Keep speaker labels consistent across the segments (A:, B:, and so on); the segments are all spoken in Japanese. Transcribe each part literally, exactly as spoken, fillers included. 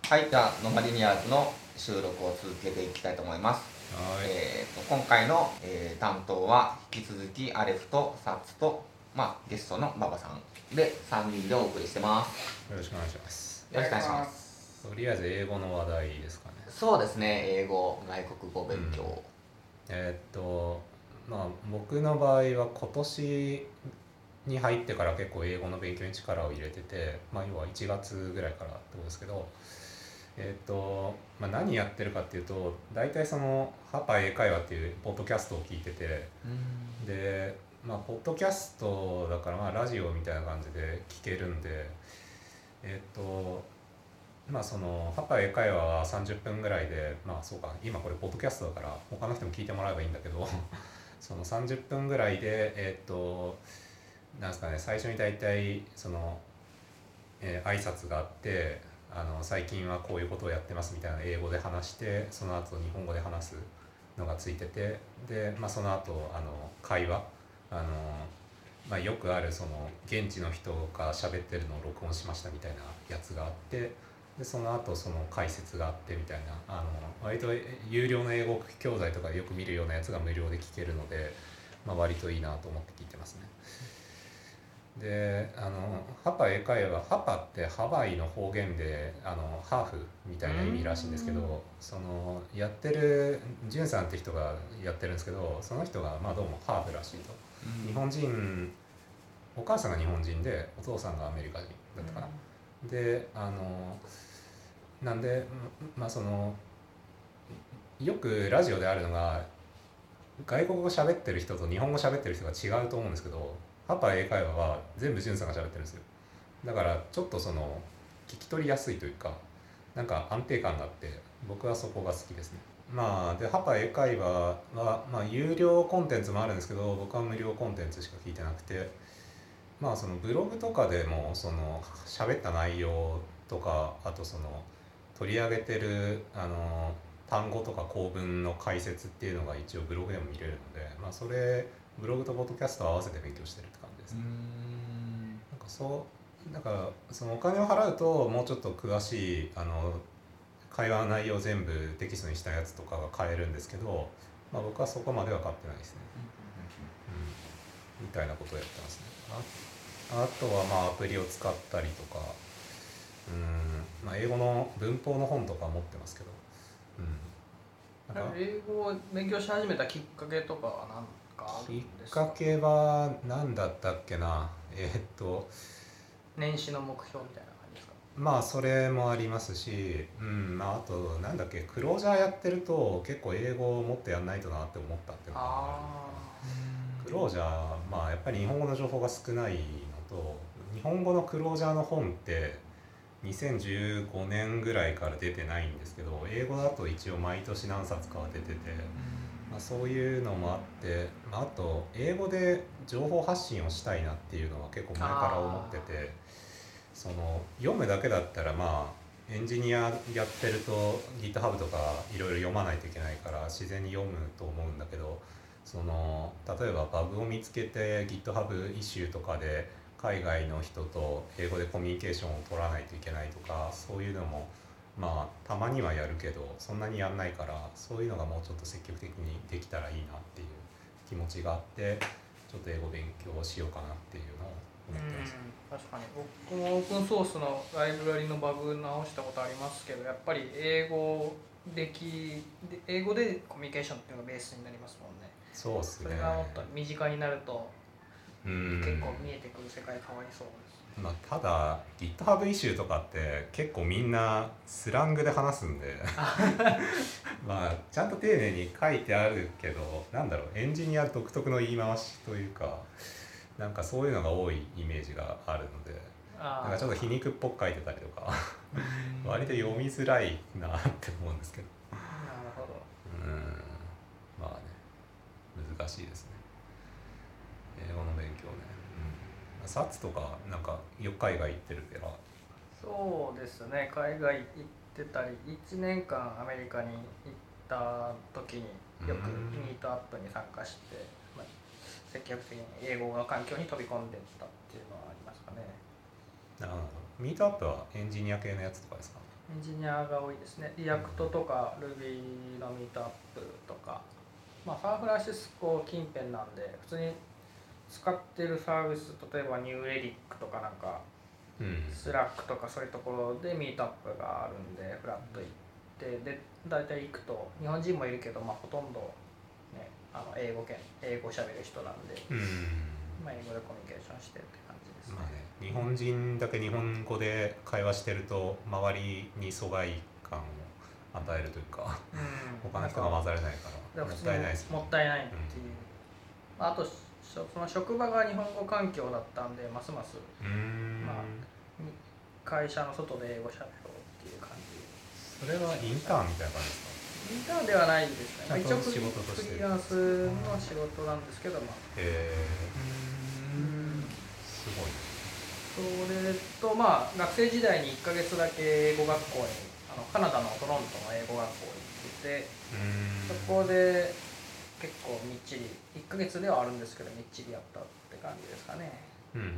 A: はい、じゃあノマリニアーズの収録を続けていきたいと思います。
B: はい、
A: えー、と今回の、えー担当は引き続きアレフとサッツと、まあ、ゲストの馬場さんでさんにんでお送りしてます。
B: よろしくお願いします。
A: よろしくお願いします。
B: とりあえず英語の話題ですかね。
A: そうですね、英語、外国語勉強。
B: うん、えーっとまあ僕の場合は今年に入ってから結構英語の勉強に力を入れてて、まあ要はいちがつぐらいからってことですけど、えーっと、まあ、何やってるかっていうと、大体そのハパ英会話っていうポッドキャストを聞いてて、
A: うん
B: でまあポッドキャストだからまあラジオみたいな感じで聞けるんで、えーっとまあそのハパ英会話はさんじゅっぷんぐらいで、まあそうか、今これポッドキャストだから他の人も聞いてもらえばいいんだけどそのさんじゅっぷんぐらいでえーっとなんですかね、最初に大体その、えー挨拶があって、あの最近はこういうことをやってますみたいな英語で話して、その後日本語で話すのがついてて、で、まあ、その後あの会話、あのまあ、よくあるその現地の人が喋ってるのを録音しましたみたいなやつがあって、でその後その解説があってみたいな、あの割と有料の英語教材とかでよく見るようなやつが無料で聞けるので、まあ、割といいなと思って聞いてますね。であのハパ英会話、ハパってハワイの方言であのハーフみたいな意味らしいんですけど、そのやってるジュンさんって人がやってるんですけど、その人がまあどうもハーフらしいと。日本人、お母さんが日本人でお父さんがアメリカ人だったかな。であのなんでまあそのよくラジオであるのが、外国語喋ってる人と日本語喋ってる人が違うと思うんですけど、ハパ英会話は全部ジュンさんが喋ってるんですよ。だからちょっとその聞き取りやすいというか、なんか安定感があって、僕はそこが好きですね。まあでハパ英会話は、まあ、有料コンテンツもあるんですけど、僕は無料コンテンツしか聞いてなくて、まあそのブログとかでもその喋った内容とか、あとその取り上げてるあの単語とか構文の解説っていうのが一応ブログでも見れるので、まあそれブログとポッドキャストを合わせて勉強してるって感じです
A: う
B: ね。
A: ん
B: なんかそうだからそのお金を払うともうちょっと詳しいあの会話の内容を全部テキストにしたやつとかが買えるんですけど、まあ、僕はそこまでは買ってないですね、うん、みたいなことをやってますね。ああとはまあアプリを使ったりとか、うん、まあ、英語の文法の本とか持ってますけど、うん、なんか
C: 英語を勉強し始めたきっかけとかは何かある
B: きっ
C: んですか？
B: かけは何だったっけな、えーっと
C: 年始の目標みたいな感じですか？
B: まあそれもありますし、うんまあ、あとなんだっけ、クロージャーやってると結構英語をもっとやんないとなって思ったっていうのがあるのかな。クロージャー、まあやっぱり日本語の情報が少ないのと、日本語のクロージャーの本ってにせんじゅうごねんぐらいから出てないんですけど、英語だと一応毎年何冊かは出てて、まあ、そういうのもあって、まあ、あと英語で情報発信をしたいなっていうのは結構前から思ってて、その読むだけだったらまあエンジニアやってると GitHub とかいろいろ読まないといけないから自然に読むと思うんだけど、その例えばバグを見つけて GitHub イシューとかで海外の人と英語でコミュニケーションを取らないといけないとか、そういうのもまあたまにはやるけどそんなにやんないから、そういうのがもうちょっと積極的にできたらいいなっていう気持ちがあって、ちょっと英語勉強しようかなっていうのを思ってます。
C: 確かに僕もオープンソースのライブラリのバグ直したことありますけど、やっぱり英語できで英語でコミュニケーションっていうのがベースになりますもんね。
B: そうっすね。
C: それがもっと身近になると
B: うん
C: 結構見えてくる世界変わりそうです。
B: まあ、ただ GitHub イシューとかって結構みんなスラングで話すんでまあちゃんと丁寧に書いてあるけど、なんだろう、エンジニア独特の言い回しというか、なんかそういうのが多いイメージがあるので、なんかちょっと皮肉っぽく書いてたりとか割と読みづらいなって思うんですけど、
C: なるほど。
B: うんまあね、難しいですね、英語の勉強ね。うん、サッツとかなんかよく海外行ってるから。
C: そうですね、海外行ってたりいちねんかんアメリカに行った時によくミートアップに参加して、まあ、積極的に英語の環境に飛び込んでったっていうのはありますかね。
B: なるほど。ミートアップはエンジニア系のやつとかですか？
C: エンジニアが多いですね。リアクトとか Ruby のミートアップとか、まあ、サンフランシスコ近辺なんで普通に使ってるサービス、例えばニューエリックとかなんか、
B: うん、
C: スラックとかそういうところでミートアップがあるんでフラット行ってで大体行くと日本人もいるけど、まあ、ほとんど、ね、あの英語圏英語しゃべる人なんで、
B: うん、
C: まあ、英語でコミュニケーションしてるって感じですね。
B: まあね、日本人だけ日本語で会話してると周りに疎外感を与えるというか、
C: うん、
B: 他の人が混ざれないからもったいないです
C: もったいないっていう、うん、あとその職場が日本語環境だったんでますます、
B: うーん、
C: まあ、会社の外で英語しゃべろうっていう感じ。
B: それはインターンみたいな感じですか？
C: インターンではないですね。まあ、一応フリ
B: 仕事として
C: ーランスの仕事なんですけど、まあ、
B: へ
C: うーん
B: すごい。
C: それとまあ学生時代にいっかげつだけ英語学校にあのカナダのトロントの英語学校に行ってて、そこで結構みっちりいっかげつではあるんですけどみっちりやったって感じですかね。
B: うんうんうん、
C: うん、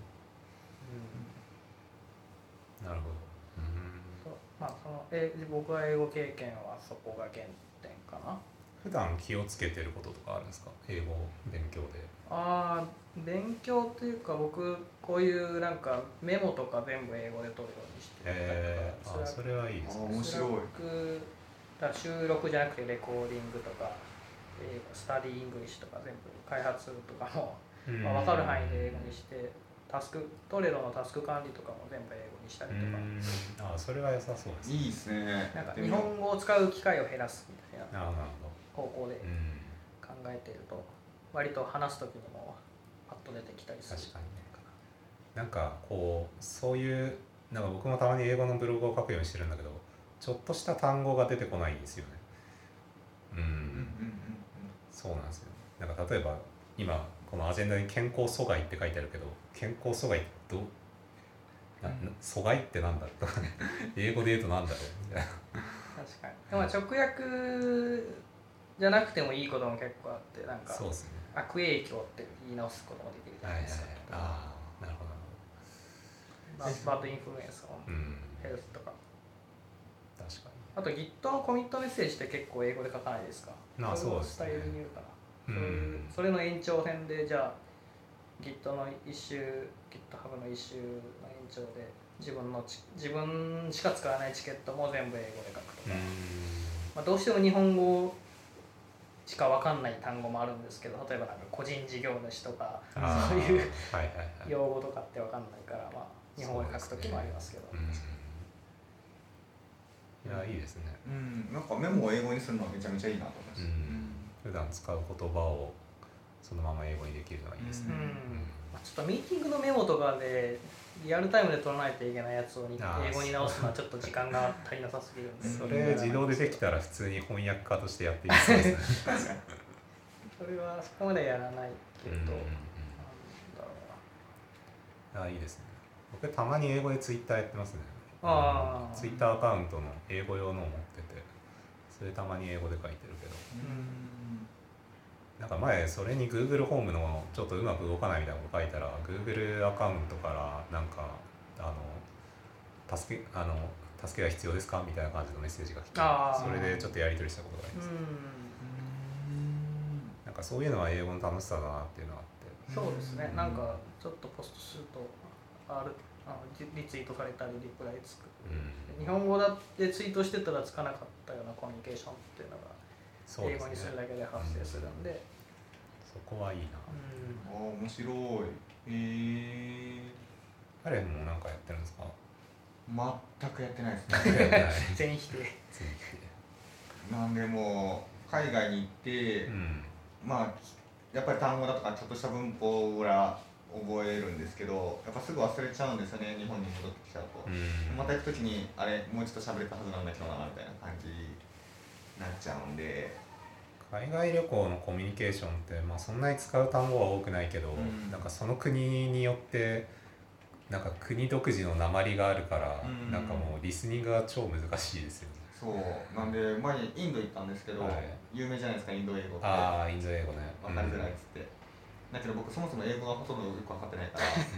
B: なるほど。
C: そうまあそのえ僕は英語経験はそこが原点かな。
B: 普段気をつけてることとかあるんですか？英語勉強で。
C: ああ、勉強っていうか僕こういうなんかメモとか全部英語で取るようにしてる。
B: えー、あそれはいいですね。
A: 面白い。
C: だから収録じゃなくてレコーディングとか英語スタディイングリッシュとか全部開発とかも、まあ、分かる範囲で英語にしてタスクトレロのタスク管理とかも全部英語にしたりとか。
B: あそれは良さそうですね。
A: いいですね。
C: なんか日本語を使う機会を減らすみたいな方向で考えていると割と話す時にもパッと出てきたりする。
B: 確かにね。なんかこうそういうなんか僕もたまに英語のブログを書くようにしてるんだけどちょっとした単語が出てこないんですよね。うん、うんうんうん、そうなんですよ。なんか例えば今このアジェンダに健康阻害って書いてあるけど健康阻害ってどうな阻害ってなんだとか英語で言うとなんだろうみたいな。
C: 確かに。でも直訳じゃなくてもいいことも結構あってなんか
B: そうですね。
C: 悪影響って言い直すこともできるじゃないですか。
B: はいはいはい、ああなるほど。
C: バッドインフルエンスオンヘルスとか。
B: 確かに。
C: あと Git のコミットメッセージって結構英語で書かないですか？
B: ああそうですね。
C: スタイルに言うかな。
B: うん、
C: それの延長編でじゃあ Git の一周 GitHub の一周の延長で自分のち自分しか使わないチケットも全部英語で書くとか、まあ、どうしても日本語しか分かんない単語もあるんですけど例えばなんか個人事業主とかそういう用語とかって分かんないから、まあ、日本語で書くときもありますけど。
B: いやいいですね。
A: うん、なんかメモを英語にするのはめちゃめちゃいいなと思います。うん、
B: 普段使う言葉をそのまま英語にできるのはいいですね。うんうん、
C: ちょっとミーティングのメモとかでリアルタイムで取らないといけないやつを英語に直すのはちょっと時間が足りなさすぎるんで
B: それ自動でできたら普通に翻訳家としてやっていいそうですね。
C: それはそこまでやらないけど、うんうんうん、なんだ
B: ろうな。あいいですね。僕たまに英語でツイッターやってますね。
C: あ
B: ツイッターアカウントの英語用のを持っててそれたまに英語で書いてるけど、うんなんか前それに Google ホームのちょっとうまく動かないみたいなこと書いたら Google アカウントからなんかあの助けあの助けが必要ですかみたいな感じのメッセージが来てそれでちょっとやり取りしたことがあります、ね、うんなんかそういうのは英語の楽しさだなっていうのがあって
C: そうですね、なんかちょっとポストするとあるあのリツイートされたりリプライつく、うん、日本語だってツイートしてたらつかなかったようなコミュニケーションっていうのが英語にするだけで発生するんで、うん、
B: そこはいいな、
A: うん、あ面白い。へえ
B: あれもなんかやってるんですか？
A: 全くやってないですね。
C: 全否定
A: なんでもう海外に行って、うん、まあやっぱり単語だとかちょっとした文法が覚えるんですけどやっぱすぐ忘れちゃうんですよね日本に戻ってきちゃうと、うん、また行く時にあれもうちょっと喋れたはずなんだけどなみたいな感じになっちゃうんで
B: 海外旅行のコミュニケーションって、まあ、そんなに使う単語は多くないけど、うん、なんかその国によってなんか国独自の訛りがあるから、うん、なんかもうリスニングが超難しいですよね。
A: そうなんで前にインド行ったんですけど、はい、有名じゃないですかインド英語って。
B: ああインド英語ね
A: 分かりづらいっつって、うん、だけど僕そもそも英語がほとんどよく分かってないから、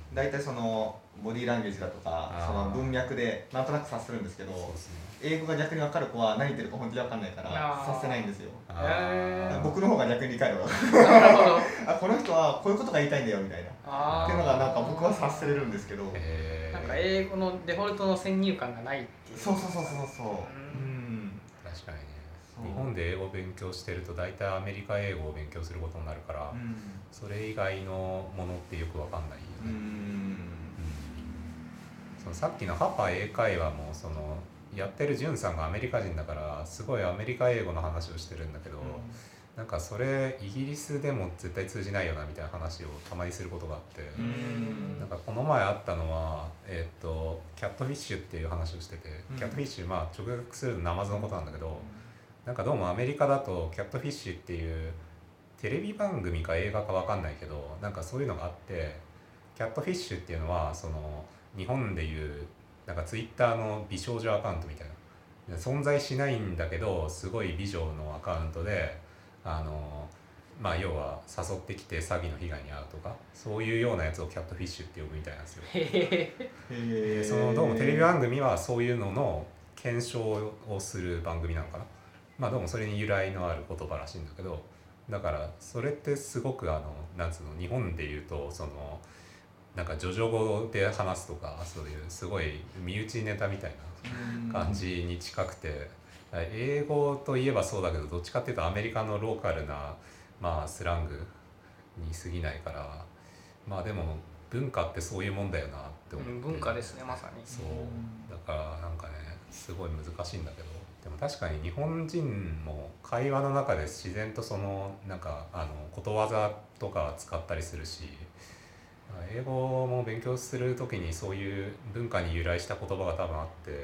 A: 大体そのボディーランゲージだとかその文脈でなんとなく察するんですけど、
B: そうですね、
A: 英語が逆に分かる子は何言ってるか本当に分かんないから
C: あー
A: 察せないんですよ。
C: へー
A: 僕の方が逆に理解度が
C: なるほど
A: あこの人はこういうことが言いたいんだよみたいなっ
C: あー
A: ていうのがなんか僕は察せれるんですけど、
B: へー
C: なんか英語のデフォルトの先入観がないっていう。
A: そうそうそうそうそう
C: う
A: うんん
B: 確かにね、
A: そう
B: 日本で英語を勉強してると大体アメリカ英語を勉強することになるから、
A: うん
B: それ以外のものってよくわかんないよ
A: う
B: ね、
A: ん
B: そのさっきのハパ英会話もそのやってるジュンさんがアメリカ人だからすごいアメリカ英語の話をしてるんだけど、なんかそれイギリスでも絶対通じないよなみたいな話をたまにすることがあって、
A: うん
B: なんかこの前あったのは、えー、とキャットフィッシュっていう話をしてて、
A: うん
B: キャットフィッシュ、まあ直訳するとナマズのことなんだけど、なんかどうもアメリカだとキャットフィッシュっていうテレビ番組か映画かわかんないけど、なんかそういうのがあって、キャットフィッシュっていうのはその日本でいうなんかツイッターの美少女アカウントみたいな、存在しないんだけどすごい美女のアカウントで、あのまあ要は誘ってきて詐欺の被害に遭うとか、そういうようなやつをキャットフィッシュって呼ぶみたいなんですよ。
C: へ
A: へー
B: でそのどうもテレビ番組はそういうのの検証をする番組なのかな、まあどうもそれに由来のある言葉らしいんだけど、だからそれってすごくあのなんつうの、日本でいうとそのなんかジョジョ語で話すとか、そういうすごい身内ネタみたいな感じに近くて、英語といえばそうだけどどっちかっていうとアメリカのローカルな、まあ、スラングに過ぎないから、まあでも文化ってそういうもんだよなって思って、
C: うん、文化ですねまさに。
B: そうだからなんかねすごい難しいんだけど、でも確かに日本人も会話の中で自然とそのなんかあのことわざとか使ったりするし、英語も勉強する時にそういう文化に由来した言葉が多分あって、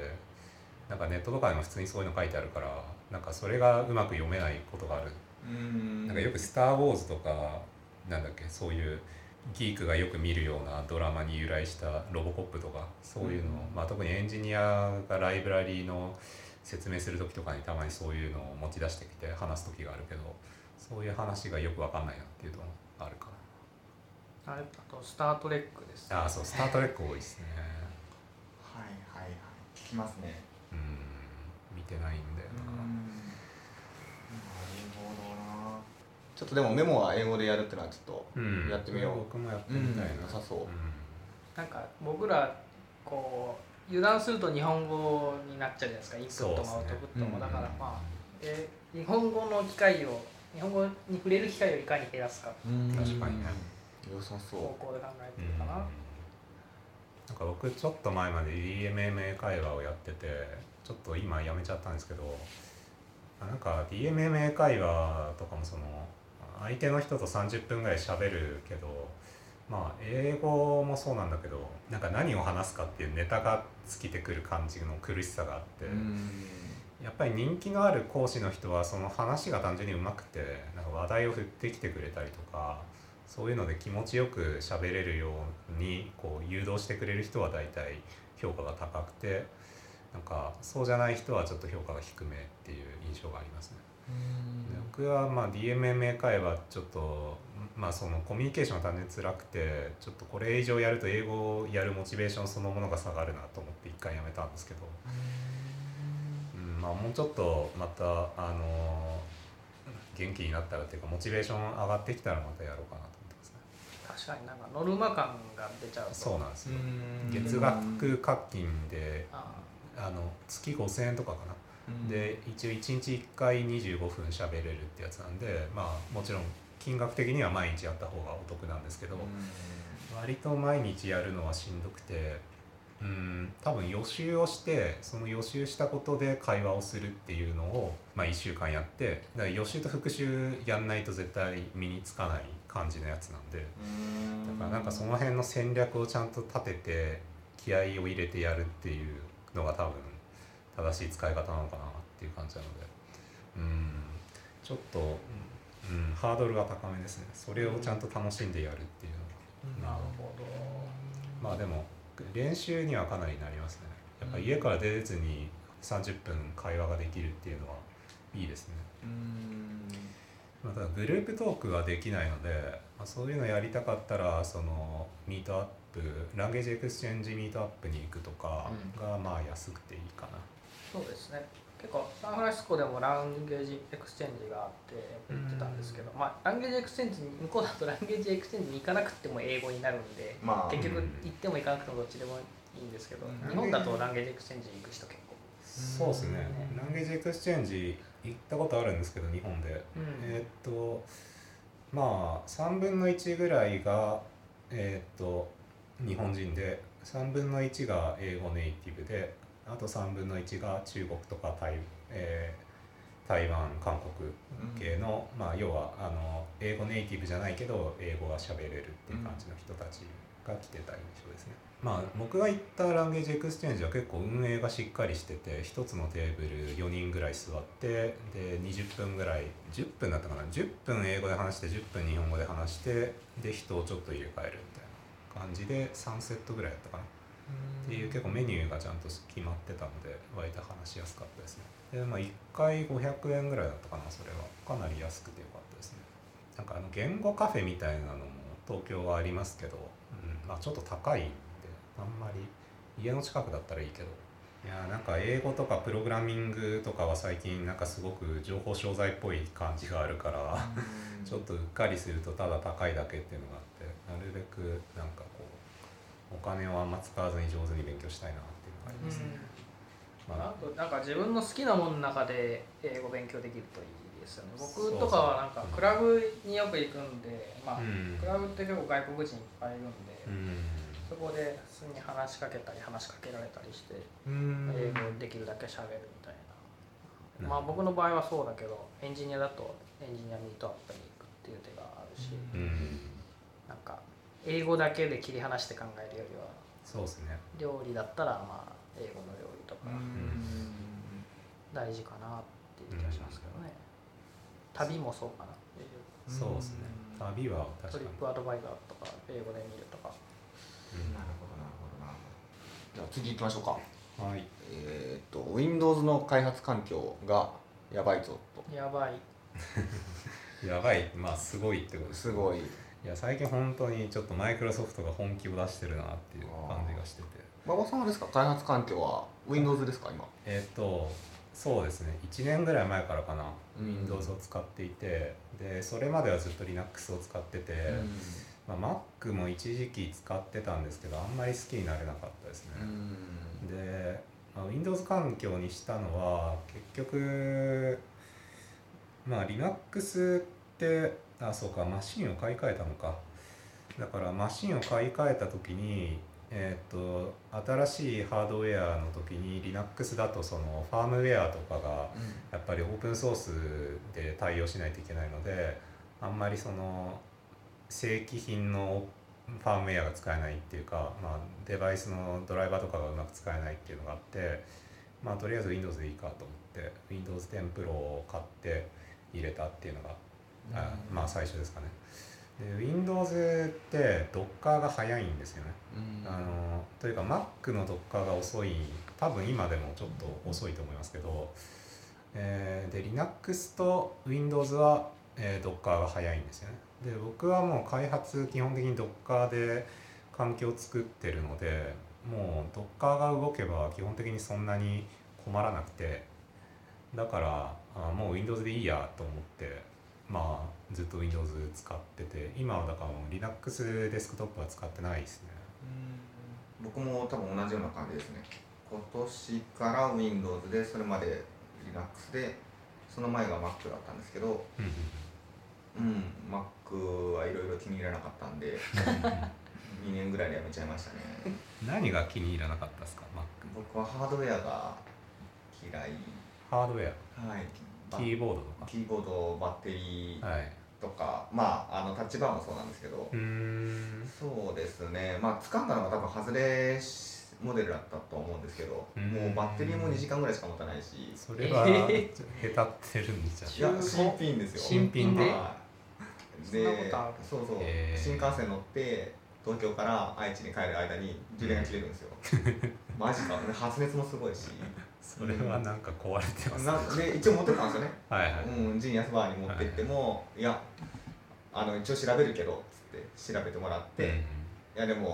B: なんかネットとかでも普通にそういうの書いてあるから、なんかそれがうまく読めないことがある。
A: うん
B: なんかよく「スター・ウォーズ」とかなんだっけ、そういうギークがよく見るようなドラマに由来したロボコップとかそういうのを、
A: うん
B: まあ、特にエンジニアがライブラリーの説明する時とかにたまにそういうのを持ち出してきて話す時があるけど、そういう話がよく分かんないなっていうのがあるか
C: あれあとスター・トレックです、
B: な。ああそう、スター・トレック多いですね。
A: はいはいはい聞きますね。
B: うん見てないんだよな。
A: なるほどな。ちょっとでもメモは英語でやるってのはちょっと
B: うん
A: やってみよう。
B: 僕もやってみたいな。
A: うん良さそう
C: なんか僕らこう油断すると日本語になっちゃうじゃないですか、インプットもアウトプットも、
A: そうですね
C: だからまあ、え日本語の機会を日本語に触れる機会をいかに減らすか
A: うん
B: 確かにね
A: 良さそう。
C: 方向で考えて
B: うん
C: るかな。
B: なんか僕ちょっと前まで ディーエムエムエー 会話をやってて、ちょっと今やめちゃったんですけど、なんか ディーエムエムエー 会話とかもその相手の人とさんじゅっぷんぐらい喋るけど、まあ英語もそうなんだけど、なんか何を話すかっていうネタが尽きてくる感じの苦しさがあって、やっぱり人気のある講師の人はその話が単純にうまくて、なんか話題を振ってきてくれたりとか、そういうので気持ちよく喋れるようにこう誘導してくれる人は大体評価が高くて、なんかそうじゃない人はちょっと評価が低めっていう印象がありますね。で僕はまあ ディーエムエムエー 会話ちょっとまあそのコミュニケーションが単純に辛くて、ちょっとこれ以上やると英語をやるモチベーションそのものが下がるなと思って一回やめたんですけど、うん、まあもうちょっとまたあの元気になったらっていうかモチベーション上がってきたらまたやろうかなと思ってますね。
C: 確かになんかノルマ感が出ちゃうと。
B: そうなんですよ。
A: うん
B: 月額課金で
C: あ
B: あの月ごせんえんとかかな、で一応いちにちいっかいにじゅうごふん喋れるってやつなんで、まあもちろん金額的には毎日やった方がお得なんですけど、割と毎日やるのはしんどくて、うん多分予習をしてその予習したことで会話をするっていうのを、まあ、いっしゅうかんやって、だから予習と復習やんないと絶対身につかない感じのやつなんで、だからなんかその辺の戦略をちゃんと立てて気合を入れてやるっていうのが多分正しい使い方なのかなっていう感じなので、うんちょっと、うん、ハードルが高めですね。それをちゃんと楽しんでやるっていうのが、
C: なるほど。
B: まあでも練習にはかなりなりますね。やっぱ家から出ずにさんじゅっぷん会話ができるっていうのはいいですね。まあ、ただグループトークができないので、まあ、そういうのやりたかったらそのミートアップランゲージエクスチェンジミートアップに行くとかがまあ安くていいかな、
C: そうですね。結構サンフランシスコでもランゲージエクスチェンジがあって行ってたんですけど、まあランゲージエクスチェンジに向こうだとランゲージエクスチェンジに行かなくても英語になるんで、まあ、結局行っても行かなくてもどっちでもいいんですけど、うん、日本だとランゲージエクスチェンジに行く人結構
B: そうですね、ランゲージエクスチェンジ行ったことあるんですけど日本で、うん、えー、っとまあさんぶんのいちぐらいがえー、っと日本人でさんぶんのいちが英語ネイティブであとさんぶんのいちが中国とか台、えー、台湾韓国系の、うん、まあ要はあの英語ネイティブじゃないけど英語が喋れるっていう感じの人たちが来てた印象ですね。まあ僕が行ったランゲージエクスチェンジは結構運営がしっかりしててひとつのテーブルよにんぐらい座ってでにじゅっぷんぐらいじゅっぷんだったかなじゅっぷん英語で話してじゅっぷん日本語で話してで人をちょっと入れ替えるみたいな感じでさんセットぐらいやったかなっていう結構メニューがちゃんと決まってたので割と話しやすかったですね。でまあいっかいごひゃくえんぐらいだったかなそれはかなり安くてよかったですね。なんかあの言語カフェみたいなのも東京はありますけど、うん、まあちょっと高いんであんまり家の近くだったらいいけどいやなんか英語とかプログラミングとかは最近なんかすごく情報商材っぽい感じがあるからちょっとうっかりするとただ高いだけっていうのがあってなるべくなんかこうお金をあんま使わずに上手に勉強したいなっていうのがありますね。
C: うんまあ、あとなんか自分の好きなものの中で英語勉強できるといいですよね。僕とかはなんかクラブによく行くんで、まあ、うん、クラブって結構外国人いっぱいいるんで、うん、そこで普通に話しかけたり話しかけられたりして、うん、英語できるだけ喋るみたいな、うん、まあ僕の場合はそうだけどエンジニアだとエンジニアミートアップに行くっていう手があるし、うん、なんか英語だけで切り離して考えるよりは
B: そうですね
C: 料理だったらまあ英語の料理とか大事かなっていう気がしますけどね、うん、旅もそうかな
B: そうですね旅は確かに
C: トリップアドバイザーとか英語で見るとか、
A: うん、なるほどなるほどなるほど。じゃあ次行きましょうか。
B: はい
A: えっと Windows の開発環境がやばいぞと
C: やばい
B: やばいまあすごいってこと
A: すごい
B: いや最近本当にちょっとマイクロソフトが本気を出してるなっていう感じがしてて
A: 馬場さんはですか開発環境は Windows ですか今
B: えっとそうですねいちねんぐらい前からかな、うん、Windows を使っていてでそれまではずっと Linux を使ってて、うんまあ、Mac も一時期使ってたんですけどあんまり好きになれなかったですね、うん、で、まあ、Windows 環境にしたのは結局まあ Linux ってあそうかマシンを買い替えたのかだからマシンを買い替えた時にえー、と新しいハードウェアの時に Linux だとそのファームウェアとかがやっぱりオープンソースで対応しないといけないのであんまりその正規品のファームウェアが使えないっていうか、まあ、デバイスのドライバーとかがうまく使えないっていうのがあってまあとりあえず Windows でいいかと思って Windows テン Pro を買って入れたっていうのが、うん、あまあ最初ですかね。で Windows って Docker が早いんですよね、うん、あのというか Mac の Docker が遅い多分今でもちょっと遅いと思いますけど、えー、で Linux と Windows は、えー、Docker が早いんですよね。で僕はもう開発基本的に Docker で環境を作ってるのでもう Docker が動けば基本的にそんなに困らなくてだからあもう Windows でいいやと思ってまあずっと Windows 使ってて今はだから Linux デスクトップは使ってないですね。
A: うん僕も多分同じような感じですね。今年から Windows でそれまで Linux でその前が Mac だったんですけどうん Mac はいろいろ気に入らなかったんでにねんぐらいでやめちゃいましたね。
B: 何が気に入らなかったですか Mac？
A: 僕はハードウェアが嫌い。
B: ハードウェア
A: はい
B: キーボードとか
A: キーボードバッテリーとか、はい、まああのタッチバーもそうなんですけどうーんそうですねまあ掴んだのが多分外れモデルだったと思うんですけどもうバッテリーもにじかんぐらいしか持たないし
B: それは下手ってるんじ
A: ゃんいや新品ですよ
B: 新品で、
A: まあ、でそうそう、えー、新幹線乗って東京から愛知に帰る間に充電が切れるんですよマジか発熱もすごいし
B: それはなんか壊れてます、ね、
A: なで一応持ってったんですよね
B: はい、はい
A: うん、ジニアスバーに持ってっても、はい、いやあの一応調べるけどっつって調べてもらって、うん、いやでも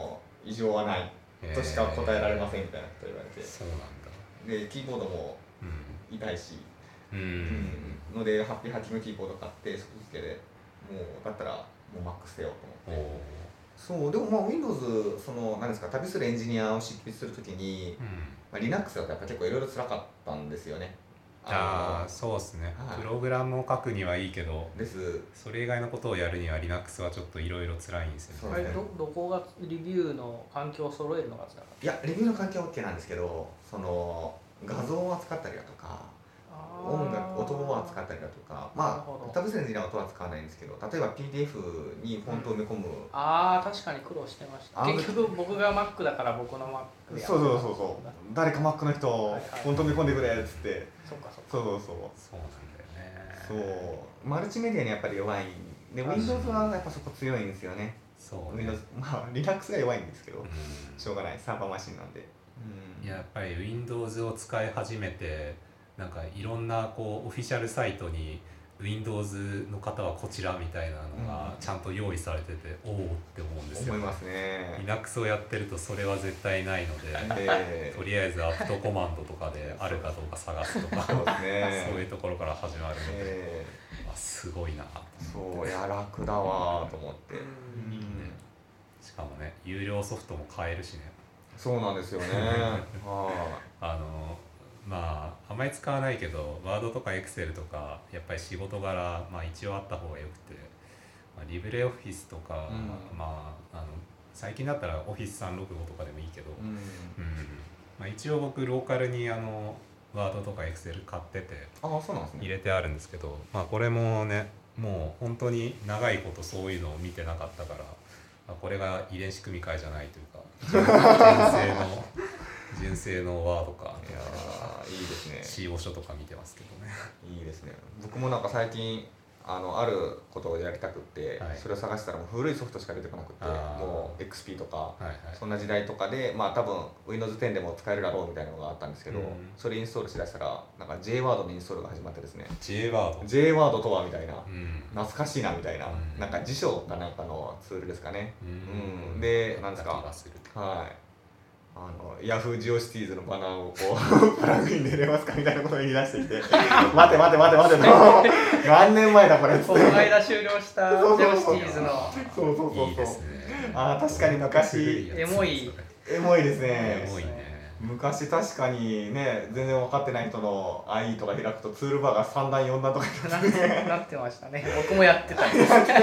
A: 異常はないとしか答えられませんみたいなこと言われて、
B: そうなんだ。
A: でキーボードも痛いし、
B: うん、うん
A: うん、のでハッピーはちのキーボード買って外付けでもうだったらもう Mac 捨てようと思って。そうでもまあ Windows その何ですか旅するエンジニアを執筆するときに、うんまあ、Linux だとやっぱ結構いろいろ辛かったんですよね。
B: ああそうですね、はい、プログラムを書くにはいいけど
A: です
B: それ以外のことをやるには Linux はちょっといろいろ辛いんですよね。
C: あれ ど, どこがリビューの環境を揃えるのが辛かった？
A: いやレビューの環境は OK なんですけどその画像を扱ったりだとか音楽音を扱ったりだとかまあ旅するエンジニアは音は使わないんですけど例えば ピーディーエフ にフォントを埋め込む、うん、
C: ああ確かに苦労してました。結局僕が Mac だから僕の Mac でや
A: そうそうそうそう誰か Mac の人、はいはい、フォント埋め込んでくれっつって
C: そうかそうか
A: そうそうそう
B: そう
A: なんだよね。そうマルチメディアにやっぱり弱いで Windows はやっぱそこ強いんですよね。
B: そう、ね、
A: Windows まあ Linux が弱いんですけど、うん、しょうがないサーバーマシンなんで、
B: うん、やっぱり Windows を使い始めてなんかいろんなこうオフィシャルサイトに Windows の方はこちらみたいなのがちゃんと用意されてて、うん、おおって思うんですよ。
A: 思いますね。
B: Linux をやってるとそれは絶対ないので、えー、とりあえずアプトコマンドとかであるかどうか探すとかそうですね、そういうところから始まるので、えー、あすごいなと思って。
A: そういや楽だわと思って、うん
B: うんね、しかもね有料ソフトも買えるしね。
A: そうなんですよね
B: あのまああまり使わないけどワードとかエクセルとかやっぱり仕事柄、まあ、一応あった方がよくて、まあ、リブレオフィスとか、うん、まああの最近だったらオフィスさんろくごとかでもいいけど、うんうんまあ、一応僕ローカルにあのワードとかエクセル買ってて入れてあるんですけど、まあ、これもねもう本当に長いことそういうのを見てなかったから、まあ、これが遺伝子組み換えじゃないというか純正の純正のワードか。
A: いやいいですね。
B: 使用書とか見てますけどね。
A: いいですね。僕もなんか最近あのあることをやりたくって、はい、それを探したらもう古いソフトしか出てこなくてもう エックスピー とか、はいはい、そんな時代とかでまあ多分 ウィンドウズテン でも使えるだろうみたいなのがあったんですけど、うん、それインストールしだしたらなんか J ワードのインストールが始まってですね
B: J ワード
A: J ワードとはみたいな、うん、懐かしいなみたいな、うん、なんか辞書かなんかのツールですかね、うんうん、でなんですかはいあのヤフージオシティーズのバナーをこうプラグインで入れますかみたいなことを言い出してきて待て待て待て待てと何年前だこれっつってこの
C: 間終了したジオシティーズの
A: そうそうそうそう
B: いいですね。
A: あ確かに昔
C: エモい
A: エモいですね。
B: エモいね。
A: 昔確かにね全然分かってない人の アイイー とか開くとツールバーがさん段よん段とか
C: なってましたね。僕もやってた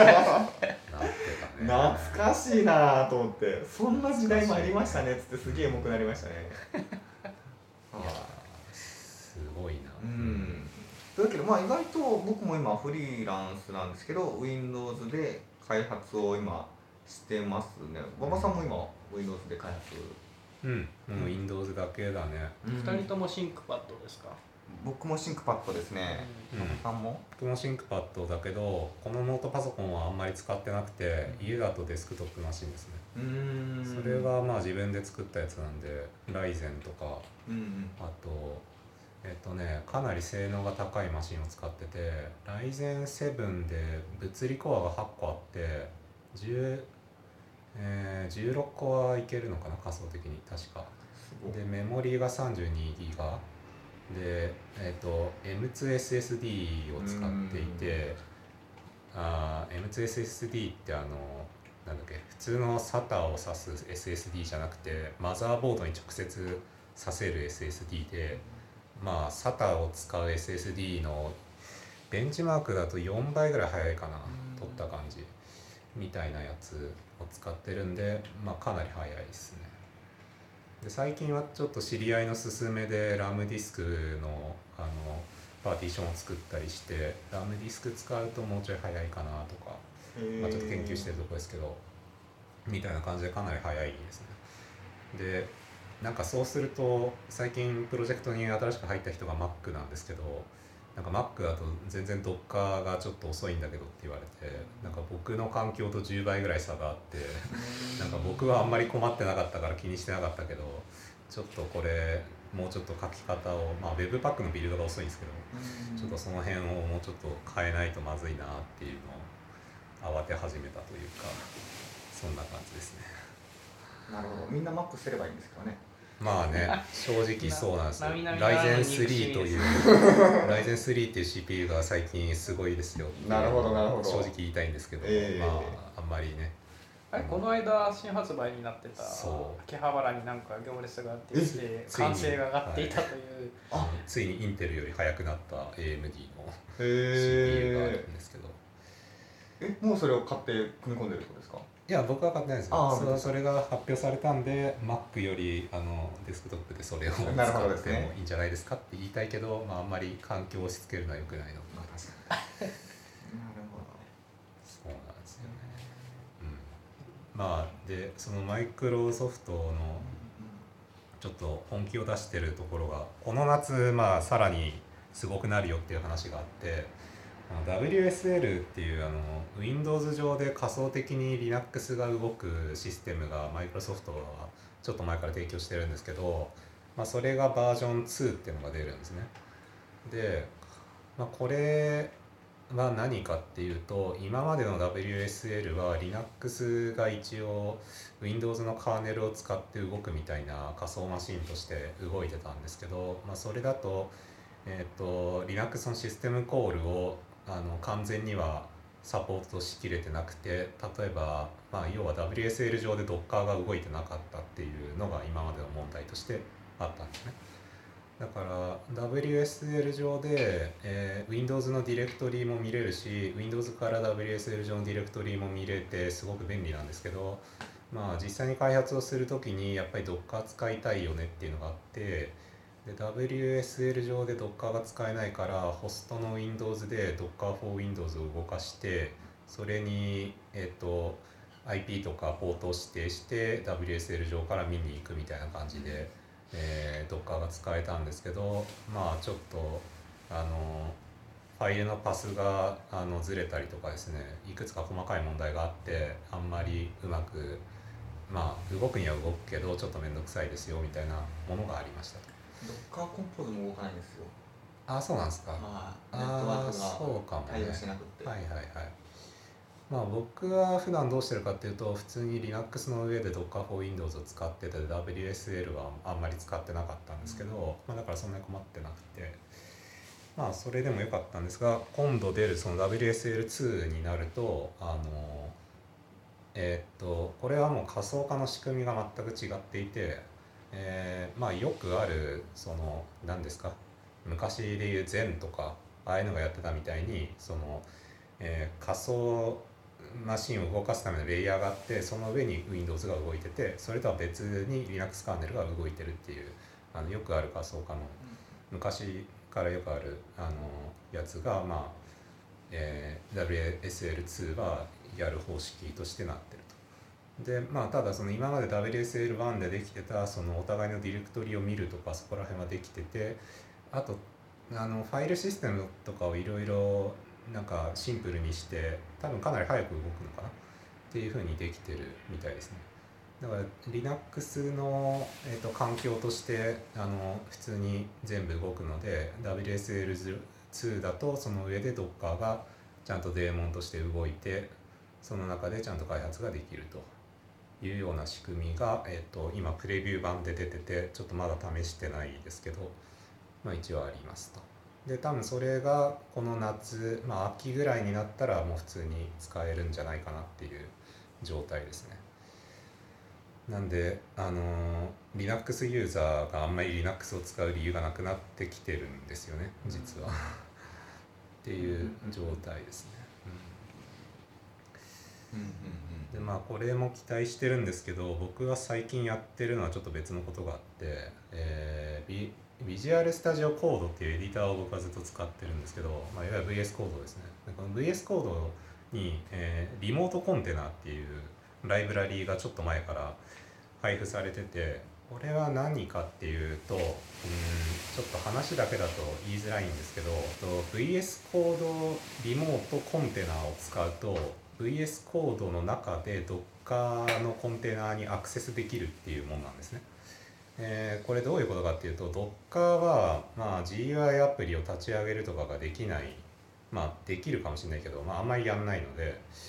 A: 懐かしいなと思ってそんな時代もありましたねっつってすげえエモくなりましたね。
B: いやすごいな。
A: うんというわけでまあ意外と僕も今フリーランスなんですけど Windows で開発を今してますね。馬場さんも今 Windows で開発
B: うん、もう Windows だけだね。
C: ふたりともシンクパッドですか？
A: 僕もシンクパッドですね。馬場さんも？
B: 僕もシンクパッドだけどこのノートパソコンはあんまり使ってなくて家だとデスクトップマシンですね。うーんそれはまあ自分で作ったやつなんでライゼンとか、うんうん、あとえっとねかなり性能が高いマシンを使っててライゼンセブンで物理コアがはっこあってじゅうえー、じゅうろっこはいけるのかな仮想的に確かでメモリーが さんじゅうにギガで、えー、と エムツーエスエスディー を使っていてあ エムツーエスエスディー ってあのなんだっけ普通の エスエーティー を挿す エスエスディー じゃなくてマザーボードに直接挿せる エスエスディー でまあ エスエーティー を使う エスエスディー のベンチマークだとよんばいぐらい速いかな取った感じみたいなやつを使ってるんで、まあ、かなり速いですね。で最近はちょっと知り合いの勧めでラムディスクの、あのパーティションを作ったりしてラムディスク使うともうちょい速いかなとか、まあ、ちょっと研究してるとこですけどみたいな感じでかなり速いですね。でなんかそうすると最近プロジェクトに新しく入った人が Mac なんですけどなんか Mac だと全然 Docker がちょっと遅いんだけどって言われてなんか僕の環境とじゅうばいぐらい差があってなんか僕はあんまり困ってなかったから気にしてなかったけどちょっとこれもうちょっと書き方をまあ Webpack のビルドが遅いんですけどちょっとその辺をもうちょっと変えないとまずいなっていうのを慌て始めたというかそんな感じですね。
A: なるほど。みんな Mac すればいいんですけどね。
B: まあね、正直そうなんですよ。
C: な
B: ライゼンスリーというライゼンスリーっていう シーピーユー が最近すごいですよっていう。
A: なるほどなるほど。
B: 正直言いたいんですけど、
A: えー、
B: まああんまりね。
C: あれこの間新発売になってた
B: そう
C: 秋葉原になんか行列があってきて歓声が上がっていたという、
B: はい、あついにインテルより速くなった エーエムディー の シーピ
A: へ
B: ーユー があるんですけど、
A: えもうそれを買って組み込んでるってことですか？
B: いや僕は買ってないですよ。
A: あ
B: それそれが発表されたんで Mac よりあのデスクトップでそれを使ってもいいんじゃないですかって言いたいけど、まあ、あんまり環境を押し付けるのは良くないので、
A: まあ確かになるほど。
B: そうなんですよね、うん、まあでそのマイクロソフトのちょっと本気を出してるところがこの夏まあさらにすごくなるよっていう話があって、ダブリューエスエル っていうあの Windows 上で仮想的に Linux が動くシステムがマイクロソフトはちょっと前から提供してるんですけど、まあ、それがバージョンツーっていうのが出るんですね。で、まあ、これは何かっていうと、今までの ダブリューエスエル は Linux が一応 Windows のカーネルを使って動くみたいな仮想マシンとして動いてたんですけど、まあ、それだとえー、と Linux のシステムコールをあの完全にはサポートしきれてなくて、例えば、まあ、要は ダブリューエスエル 上で Docker が動いてなかったっていうのが今までの問題としてあったんですね。だから ダブリューエスエル 上で、えー、Windows のディレクトリも見れるし Windows から ダブリューエスエル 上のディレクトリも見れてすごく便利なんですけど、まあ実際に開発をするときにやっぱり Docker 使いたいよねっていうのがあって、で ダブリューエスエル 上で Docker が使えないからホストの Windows で Docker for Windows を動かして、それに、えー、と アイピー とかポートを指定して ダブリューエスエル 上から見に行くみたいな感じで、えー、Docker が使えたんですけど、まあちょっとあのファイルのパスがあのずれたりとかですね、いくつか細かい問題があってあんまりうまく、まあ動くには動くけどちょっと面倒くさいですよみたいなものがありましたと。
A: ドッカーコンポーズも動かないんですよ。
B: あ、そうなんですか。
A: まあ、ネットワークが対応しなくて、
B: はいはいはい。まあ僕は普段どうしてるかっていうと、普通に Linux の上で Docker for Windows を使ってて ダブリューエスエル はあんまり使ってなかったんですけど、うん、まあ、だからそんなに困ってなくて、まあそれでもよかったんですが、今度出るその ダブリューエスエルツー になると、あのえー、っとこれはもう仮想化の仕組みが全く違っていて、えー、まあよくあるその何ですか、昔でいう Zen とかああいうのがやってたみたいに、その、えー、仮想マシンを動かすためのレイヤーがあって、その上に Windows が動いてて、それとは別に Linux カーネルが動いてるっていう、あのよくある仮想化の昔からよくあるあのやつが、まあえー、ダブリューエスエルツー はやる方式としてなってると。でまあ、ただその今まで ダブリューエスエルワン でできてたそのお互いのディレクトリを見るとか、そこら辺はできてて、あとあのファイルシステムとかをいろいろなんかシンプルにして多分かなり早く動くのかなっていう風にできてるみたいですね。だから Linux の、えーと、環境としてあの普通に全部動くので ダブリューエスエルツー だとその上で Docker がちゃんとデーモンとして動いて、その中でちゃんと開発ができるというような仕組みが、えーと、今プレビュー版で出てて、ちょっとまだ試してないですけど、まあ、一応ありますと。で多分それがこの夏、まあ、秋ぐらいになったらもう普通に使えるんじゃないかなっていう状態ですね。なんで、あの Linux ユーザーがあんまり Linux を使う理由がなくなってきてるんですよね、実はっていう状態ですね。うんうんうん、でまあこれも期待してるんですけど、僕が最近やってるのはちょっと別のことがあって、えー、ビビジュアルスタジオコードっていうエディターを僕はずっと使ってるんですけど、まあ、いわゆる ブイエス コードですね。でこの ブイエス コードに、えー、リモートコンテナっていうライブラリーがちょっと前から配布されてて、これは何かっていうと、うんちょっと話だけだと言いづらいんですけど、ブイエス コードリモートコンテナを使うと ブイエス コードの中で Docker のコンテナにアクセスできるっていうものなんですね。えー、これどういうことかっていうと、Docker は、まあ、ジーユーアイ アプリを立ち上げるとかができない、まあできるかもしれないけど、まあ、あんまりやんないので、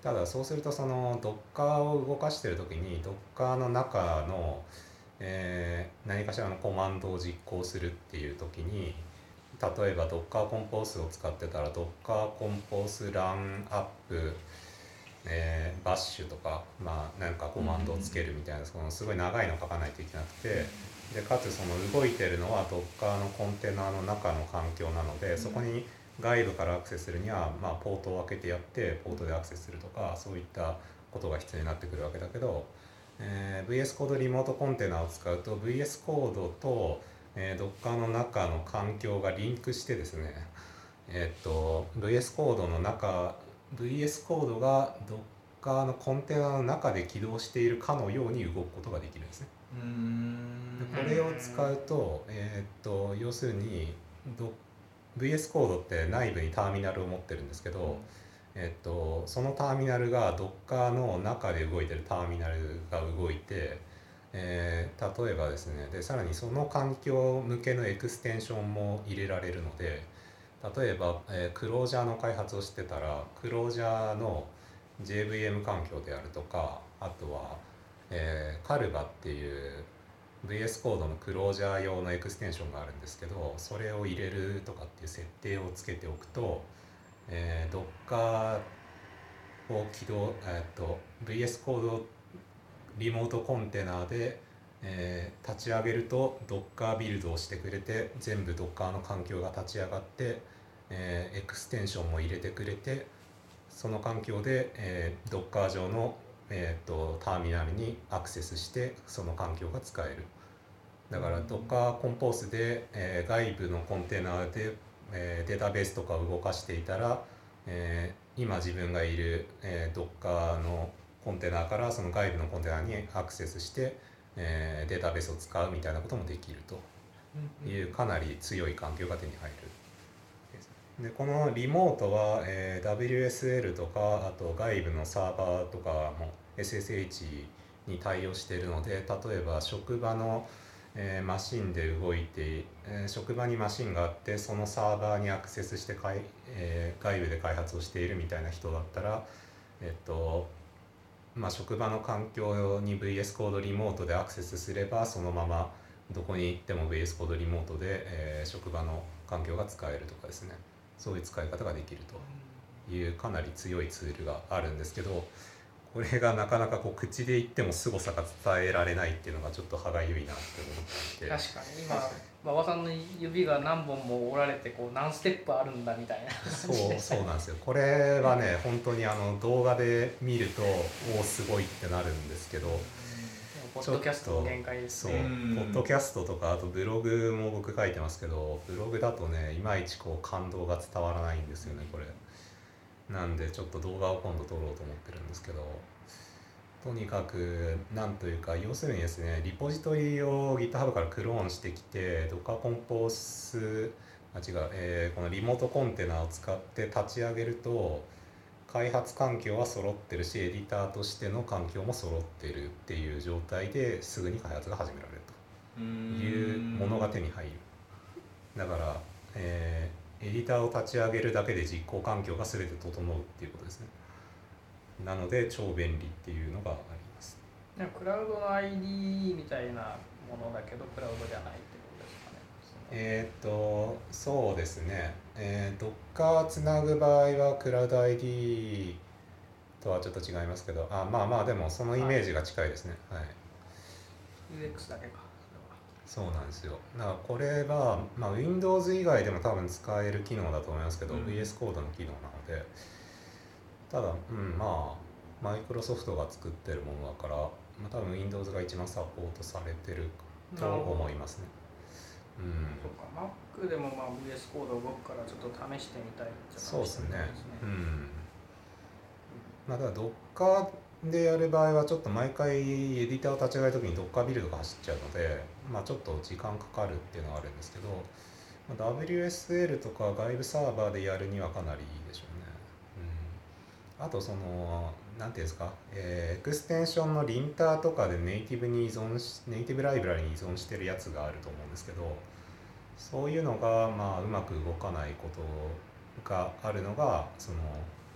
B: ただそうするとその Docker を動かしている時に Docker の中の、えー、何かしらのコマンドを実行するっていう時に、例えば Docker Compose を使ってたら Docker Compose Run Up、えー、バッシュとか、まあ、なんかコマンドをつけるみたいな、そのすごい長いの書かないといけなくて、でかつその動いてるのは Docker のコンテナの中の環境なので、そこに外部からアクセスするには、まあ、ポートを開けてやってポートでアクセスするとか、そういったことが必要になってくるわけだけど、えー、ブイエス コードリモートコンテナを使うと ブイエス コードと、えー、Docker の中の環境がリンクしてですね、えー、っと ブイエス コードの中 ブイエス コードが Docker のコンテナの中で起動しているかのように動くことができるんですね。
A: うーん
B: でこれを使うと、えー、っと要するに ブイエス コードって内部にターミナルを持ってるんですけど、えっと、そのターミナルが Docker の中で動いてるターミナルが動いて、えー、例えばですね、でさらにその環境向けのエクステンションも入れられるので、例えば、えー、クロージャーの開発をしてたらクロージャーの ジェイブイエム 環境であるとか、あとは、えー、カルバっていう ブイエス コードのクロージャー用のエクステンションがあるんですけど、それを入れるとかっていう設定をつけておくと、えー、Docker を起動、えー、と ブイエス コードリモートコンテナで、えー、立ち上げると Docker ビルドをしてくれて、全部 Docker の環境が立ち上がって、えー、エクステンションも入れてくれて、その環境で、えー、Docker 上の、えー、とターミナルにアクセスしてその環境が使える。だから Docker Compose で、えー、外部のコンテナで、えー、データベースとかを動かしていたら、えー、今自分がいる、えー、Docker のコンテナからその外部のコンテナにアクセスして、えー、データベースを使うみたいなこともできるというかなり強い環境が手に入る。でこのリモートは、えー、ダブリューエスエル とか、あと外部のサーバーとかも エスエスエイチ に対応しているので、例えば職場のえー、マシンで動いて、えー、職場にマシンがあってそのサーバーにアクセスしてかい、えー、外部で開発をしているみたいな人だったら、えっとまあ、職場の環境に ブイエス コードリモートでアクセスすればそのままどこに行っても ブイエス コードリモートで、えー、職場の環境が使えるとかですね、そういう使い方ができるというかなり強いツールがあるんですけど、これがなかなかこう口で言っても凄さが伝えられないっていうのがちょっと歯がゆいなって思っていて、
C: 確かに今馬場さんの指が何本も折られてこう何ステップあるんだみたいな
B: そうそうなんですよ。これはね本当にあの動画で見るとおおすごいってなるんですけど、
C: ポッドキャストの限界ですね。
B: そうポッドキャストとかあとブログも僕書いてますけど、ブログだとねいまいちこう感動が伝わらないんですよねこれ。なんでちょっと動画を今度撮ろうと思ってるんですけど、とにかくなんというか要するにですね、リポジトリを GitHub からクローンしてきて Docker Compose あ違う、えー、このリモートコンテナを使って立ち上げると開発環境は揃ってるしエディターとしての環境も揃ってるっていう状態ですぐに開発が始められるというものが手に入る。だから、えーエディターを立ち上げるだけで実行環境が全て整うっていうことですね。なので超便利っていうのがあります。
C: なんかクラウドの アイディー みたいなものだけどクラウドじゃないってことですかね。
B: えーっとそうですね、えー、Docker つなぐ場合はクラウド アイディー とはちょっと違いますけど、あまあまあでもそのイメージが近いですね。はい、
C: ユーエックス だけか。
B: そうなんですよ。だからこれは、まあ、Windows 以外でも多分使える機能だと思いますけど、うん、ブイエス コードの機能なので、ただ、うん、まあマイクロソフトが作ってるものだから、まあ、多分 Windows が一番サポートされてると思いますね。うん、
C: そうか、Mac でもまあ ブイエス コード動くからちょっと試してみたいって
B: そうですね。うん。まあ、だから
C: Docker
B: でやる場合はちょっと毎回エディターを立ち上げるときに Docker ビルドが走っちゃうので、まあ、ちょっと時間かかるっていうのはあるんですけど、まあ、ダブリューエスエル とか外部サーバーでやるにはかなりいいでしょうね。うん、あとそのなんていうんですか、えー、エクステンションのリンターとかでネイティブに依存しネイティブライブラリに依存してるやつがあると思うんですけど、そういうのがまあうまく動かないことがあるのがその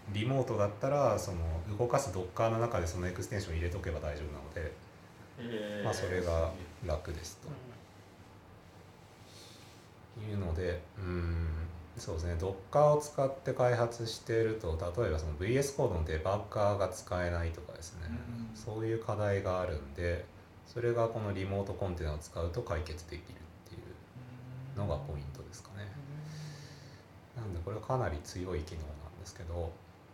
B: リモートだったらその動かす Docker の中でそのエクステンション入れとけば大丈夫なので、
A: えー、
B: まあ、それが楽ですと、うん、いうので、うんそうですね Docker を使って開発していると例えばその ブイエス コードのデバッガーが使えないとかですね、うん、そういう課題があるんでそれがこのリモートコンテナを使うと解決できるっていうのがポイントですかね。なんでこれはかなり強い機能なんですけど、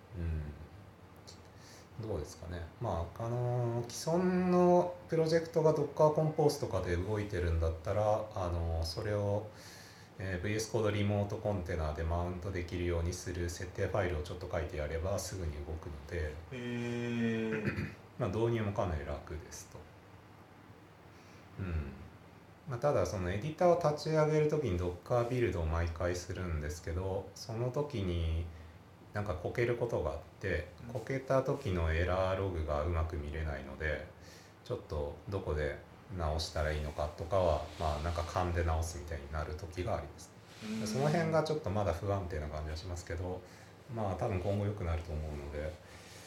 B: うん、どうですかね。まああの既存のプロジェクトが Docker コンポーズとかで動いてるんだったらあのそれを、えー、ブイエス コードリモートコンテナでマウントできるようにする設定ファイルをちょっと書いてやればすぐに動くので、
A: へー
B: まあ導入もかなり楽ですと。うんまあ、ただそのエディターを立ち上げるときに Docker ビルドを毎回するんですけどその時になんかこけることがあってこけた時のエラーログがうまく見れないのでちょっとどこで直したらいいのかとかはまあなんか勘で直すみたいになる時があります。その辺がちょっとまだ不安定な感じはしますけどまあ多分今後良くなると思うので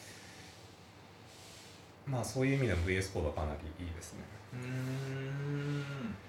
B: まあそういう意味では ブイエス コードはかなりいいですね。
A: うーん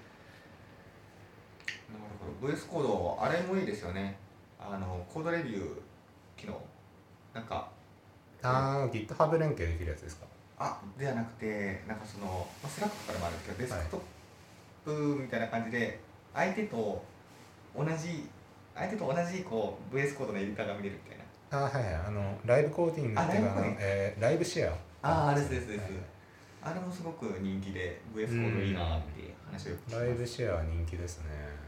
A: なるほど。 ブイエス コードあれもいいですよね。あのコードレビュー機能なんか
B: ああ GitHub 連携できるやつですか。
A: あではなくてなんかそのスラックとかでもあるんですけどデスクトップみたいな感じで相手と同じ相手と同じこう ブイエス コードのエディターが見れるみたいな。
B: あはいはいあのライブコーディングっていうかあの、えー、ライブシェア
A: あああれですですです、はい、あれもすごく人気で ブイエス コードいいなって話をよく聞きます。
B: ライブシェア人気ですね。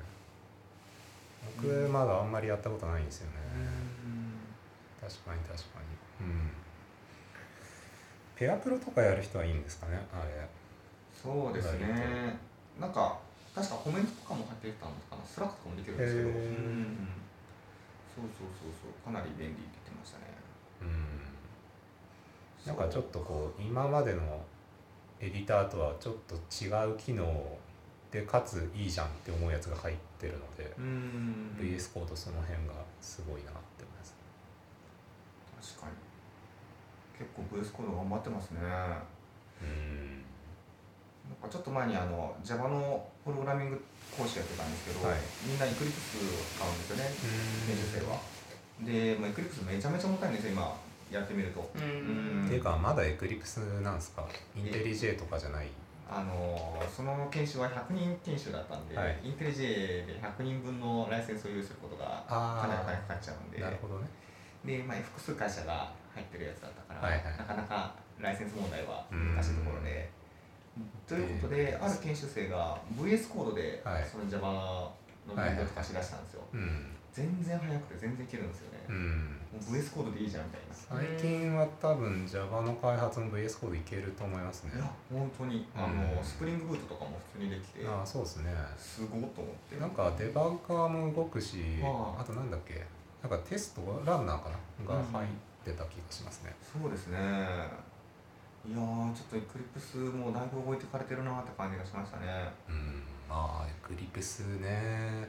B: 僕まだあんまりやったことないんですよね。確かに確かに、うん、ペアプロとかやる人はいいんですかねあれ。
A: そうですね。なんか確かコメントとかも入ってたのかなスラックとかもできるんですけど、うんそうそうそうそうかなり便利って言ってましたね。
B: うんなんかちょっとこう今までのエディターとはちょっと違う機能でかついいじゃんって思うやつが入ってるので、うん、ブイエス コードその辺がすごいなって思います。
A: 確かに結構 ブイエス コード頑張ってますね。うんなんかちょっと前にあの Java のプログラミング講師やってたんですけど、はい、みんな Eclipse を使うんですよね研修生は。で、まあ、Eclipse めちゃめちゃ重たいんですよ今やってみると。
B: うんっていうかまだ Eclipse なんですか。インテリジェとかじゃない。
A: あのその研修はひゃくにん研修だったんで、はい、インテリジェでひゃくにんぶんのライセンスを有することがかなりお金かかっちゃうんで。
B: なるほどね。
A: で、まあ、複数会社が入ってるやつだったから、はいはい、なかなかライセンス問題は難しいところで。ということで、ある研修生が ブイエス コードでその Java の勉強とかしだしたんですよ。はいはいうん、全然速くて全然いけるんですよね。うん、もう ブイエス コードでいいじゃんみたいな。
B: 最近は多分 Java の開発も ブイエス コードいけると思いますね。
A: いや本当にあの、うん、スプリングブートとかも普通にできて、
B: あそうですね。
A: すごいと思って。
B: なんかデバッガーも動くし、あ, あとなんだっけ、なんかテストランナーかなが入ってた気がしますね。
A: うん、そうですね。いやーちょっと Eclipse もうだいぶ動いてかれてるなって感じがしましたね。
B: うんまあ Eclipse ね、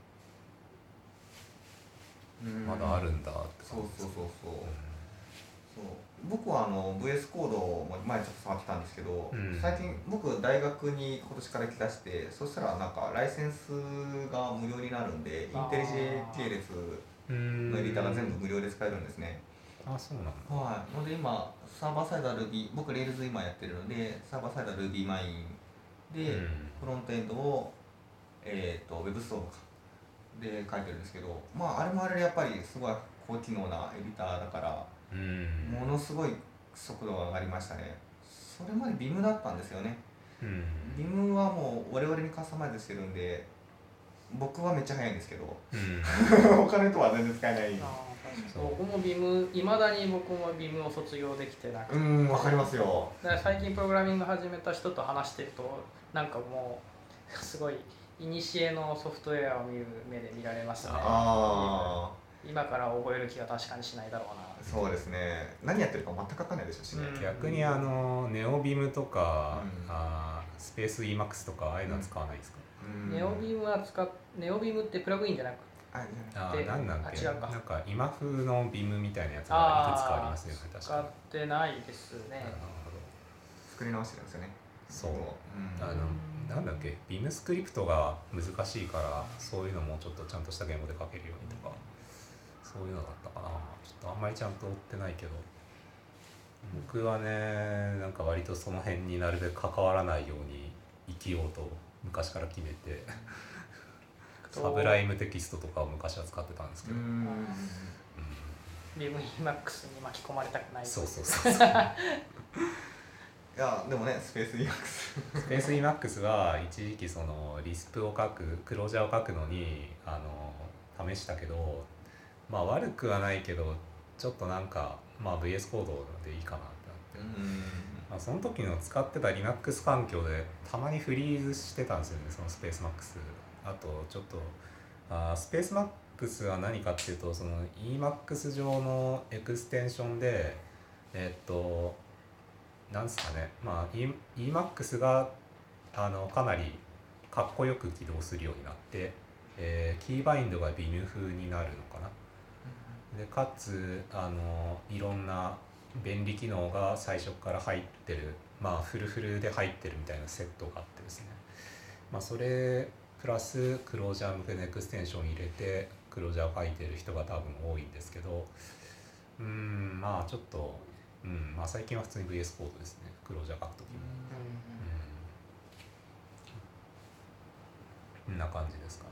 B: うん、まだあるんだって
A: 感じです。そうそうそうそう。うんそう僕はあの ブイエス コードを前ちょっと触ってたんですけど、うん、最近僕大学に今年から来だしてそしたらなんかライセンスが無料になるんでインテリジェ系列のエディターが全部無料で使えるんですね。
B: あそうなんだ。
A: はいので今サーバーサイドは Ruby 僕 Rails 今やってるのでサーバーサイドは Ruby マインで、うん、フロントエンドを、えー、と WebStorm かで書いてるんですけどまああれもあれでやっぱりすごい高機能なエディターだからうんものすごい速度が上がりましたね。それまで ビーム だったんですよね。うん、ビーム はもう我々にカスタマイズしてるんで僕はめっちゃ速いんですけど、うん、他の人は全然使えない。
C: 僕も ビーム いまだに僕も ビーム を卒業できてなくて、
A: うんわかりますよ。
C: だから最近プログラミング始めた人と話してるとなんかもうすごい古のソフトウェアを見る目で見られますね。あ今から覚える気が確かにしないだろうな。
A: そうですね。何やってるか全く分かんないでしょうしね。
B: うん、逆にあのネオビームとか、うん、あスペース イーマックス とかああいうのは使わないですか。
C: うん、ネオビームは使っネオビームってプラグインじゃなくて
B: あ
C: で
B: なんなんけ
C: あ違うか
B: なんか今風のビームみたいなやつがいくつかありますよね、確
C: 使
B: か
C: ってないですね。
B: なるほど。
A: 作り直してるんですよね。
B: そう、
A: うん、
B: あのなんだっけ、ビームスクリプトが難しいからそういうのもちょっとちゃんとした言語で書けるようにとか、そういうのだったかな。ちょっとあんまりちゃんと追ってないけど、僕はねなんか割とその辺になるべく関わらないように生きようと昔から決めてサブライムテキストとかを昔は使ってたんですけど、うん、
C: ビームイーマックスに巻き込まれたくない。
B: そうそうそうそう
A: いやでもねスペース イーマックス
B: スペース イーマックス は一時期そのリスプを書くクロージャーを書くのにあの試したけど、まあ悪くはないけどちょっとなんか、まあ、ブイエス コードでいいかなってなって、うんまあ、その時の使ってた Linux 環境でたまにフリーズしてたんですよね、そのスペース マックス。あとちょっとあスペース マックス は何かっていうと、その イーマックス 上のエクステンションでえっとなんですかね、まあ イーマックス があのかなりかっこよく起動するようになって、えー、キーバインドが ビーム 風になるのかな。でかつあのいろんな便利機能が最初から入ってる、まあフルフルで入ってるみたいなセットがあってですね、まあ、それプラスクロージャー向けのエクステンション入れてクロージャーを書いてる人が多分多いんですけど、うーんまあちょっと、うんまあ、最近は普通に ブイエス コードですね、クロージャー書くときも。こんな感じですかね。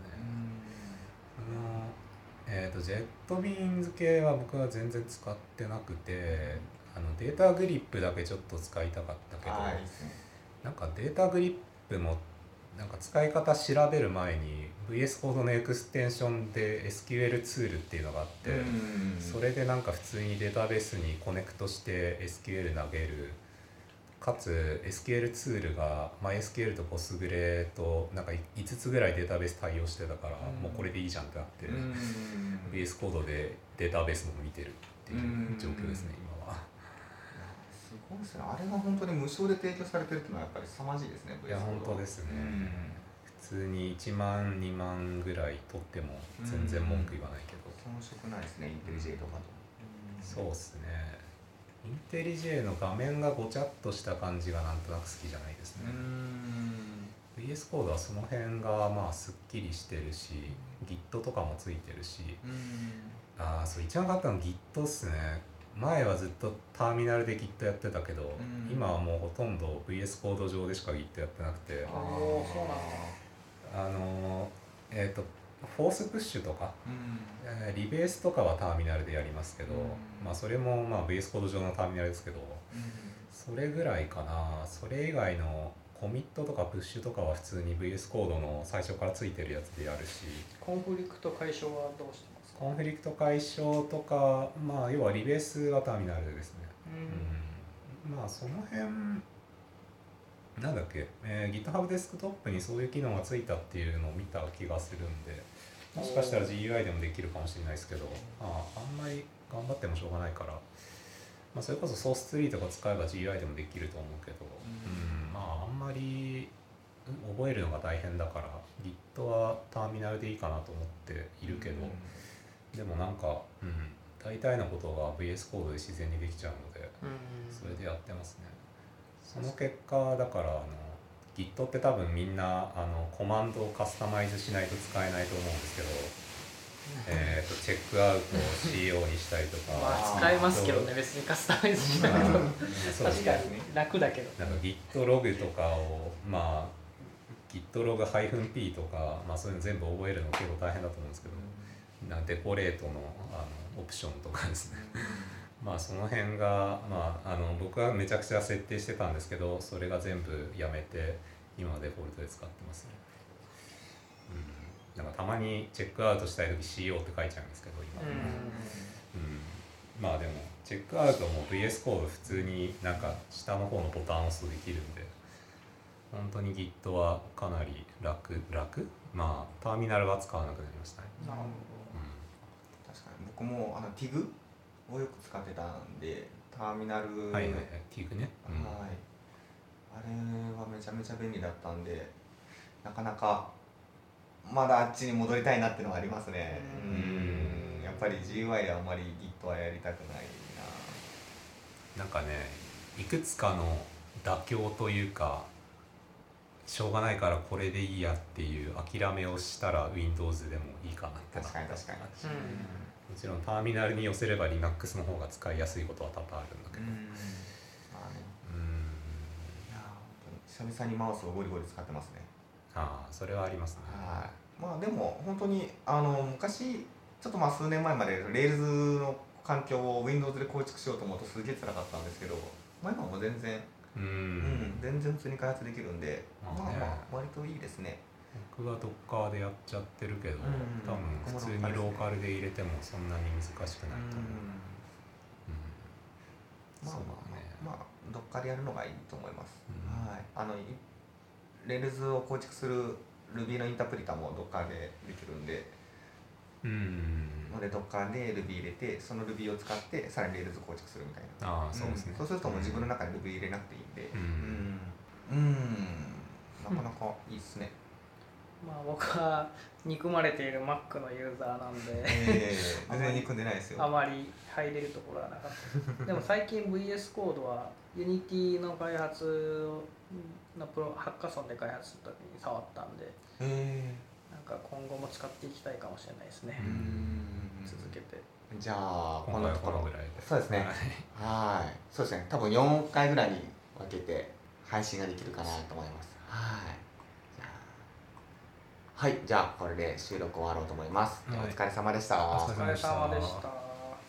B: あのえーと、ジェットビーンズ系は僕は全然使ってなくて、あのデータグリップだけちょっと使いたかったけど、
A: はい、
B: なんかデータグリップもなんか使い方調べる前に ブイエス コードのエクステンションで エスキューエル ツールっていうのがあって、それでなんか普通にデータベースにコネクトして エスキューエル 投げる、かつ エスキューエル ツールが MySQL と Postgre となんかいつつぐらいデータベース対応してたから、もうこれでいいじゃんってなって ブイエス コードでデータベースも見てるっていう状況ですね、今は。
A: すごいですね。あれが本当に無償で提供されてるっていうのはやっぱり凄まじいですね。
B: いや本当ですね、普通にいちまんにまんぐらい取っても全然文句言わないけど、
A: 遜色ないですね、インテリジェイとかと。
B: そうですね、インテリジェの画面がごちゃっとした感じがなんとなく好きじゃないですね。ブイエス コードはその辺がまあすっきりしてるし Git とかもついてるし、ああそう一番良かったの Git っすね。前はずっとターミナルで Git やってたけど、今はもうほとんど ブイエス コード上でしか Git やってなくて、
C: あそうなん
B: あのえっ、ー、とフォースプッシュとか、うん、リベースとかはターミナルでやりますけど、うんまあ、それもまあ ブイエス コード上のターミナルですけど、うん、それぐらいかな。それ以外のコミットとかプッシュとかは普通に ブイエス コードの最初からついてるやつでやるし。
C: コンフリクト解消はどうしてますか？
B: コンフリクト解消とか、まあ要はリベースはターミナルですね、うんうん、まあその辺なんだっけ、えー、GitHub デスクトップにそういう機能がついたっていうのを見た気がするんで、もしかしたら ジーユーアイ でもできるかもしれないですけど、ああんまり頑張ってもしょうがないから、まあ、それこそソースツリーとか使えば ジーユーアイ でもできると思うけど、うん、まああんまり覚えるのが大変だから Git はターミナルでいいかなと思っているけど、でもなんか、うん、大体のことが ブイエス コードで自然にできちゃうので、それでやってますね。その結果だからあの Git って多分みんなあのコマンドをカスタマイズしないと使えないと思うんですけど、えー、とチェックアウトを シーオー にしたりとか
C: まあ使えますけどね、別にカスタマイズしなくても確かに楽だけど、
B: なんか Git ログとかをまあ Git ログ -P とか、まあ、そういうの全部覚えるの結構大変だと思うんですけど、なんデコレートのあのオプションとかですねまあその辺が、まあ、あの僕はめちゃくちゃ設定してたんですけど、それが全部やめて今はデフォルトで使ってますね。うん、なんかたまにチェックアウトしたい時 シーオー って書いちゃうんですけど今、うんうん、まあでもチェックアウトも ブイエス コード普通になんか下の方のボタンを押すとできるんで、本当に Git はかなり楽楽まあターミナルは使わなくなりましたね。
C: なるほど、
A: うん、確かに僕もあの ティグ をよく使ってたんで、ターミナル
B: はいはいはい ティグ ね、
A: うん、はい、あれはめちゃめちゃ便利だったんで、なかなかまだあっちに戻りたいなっていうのはありますね。
C: う
A: うんんやっぱり ジーユーアイ であんまり Git はやりたくない
B: なんかねいくつかの妥協というかしょうがないからこれでいいやっていう諦めをしたら Windows でもいいかなって
A: な。
B: な
A: 確かに確かに。
C: うん
B: もちろんターミナルに寄せれば Linux の方が使いやすいことは多々あるんだけど
A: うんまあね、
B: うん
A: いや本当に久々にマウスをゴリゴリ使ってますね。
B: ああそれはありますね
A: はいまあでも本当にあの昔ちょっとまあ数年前まで Rails の環境を Windows で構築しようと思うとすげえ辛かったんですけど、まあ、今も全然、
B: う
A: うんん、全然普通に開発できるんで、
B: まあね
A: まあまあ割といいですね。
B: 僕は Docker でやっちゃってるけど、
A: うん
B: 多分普通にローカルで入れてもそんなに難しくないと思う、うん
A: まあ
B: そう
A: まあまあ、まあ、どっかでやるのがいいと思います。
B: うん
A: はい、あの Rails を構築する Ruby のインタープリタも Docker でできるんで、
B: うん
A: ので Docker で Ruby 入れて、その Ruby を使ってさらに Rails 構築するみたいな。
B: ああそうですね、
A: んそうするともう自分の中に Ruby 入れなくていいんで、
B: うん
A: うん、うんなかなかいいっすね。
C: まあ僕は憎まれている Mac のユーザーなんで、
A: えー、全然憎んでないですよ。
C: あまり入れるところはなかったでも最近 ブイエス コードは Unity の開発のプロハッカソンで開発するときに触ったんで、
A: え
C: なんか今後も使っていきたいかもしれないですね、
A: ー、うん
C: 続けて。
A: じゃあこ
B: 今回は
A: のところ
B: このぐらいで
A: そうですね。はいそうですね。多分よんかいぐらいに分けて配信ができるかなと思います。はいじゃあはいじゃあこれで収録終わろうと思います。
B: はい
A: お疲れ様でした。
B: お疲
C: お疲れ様でした。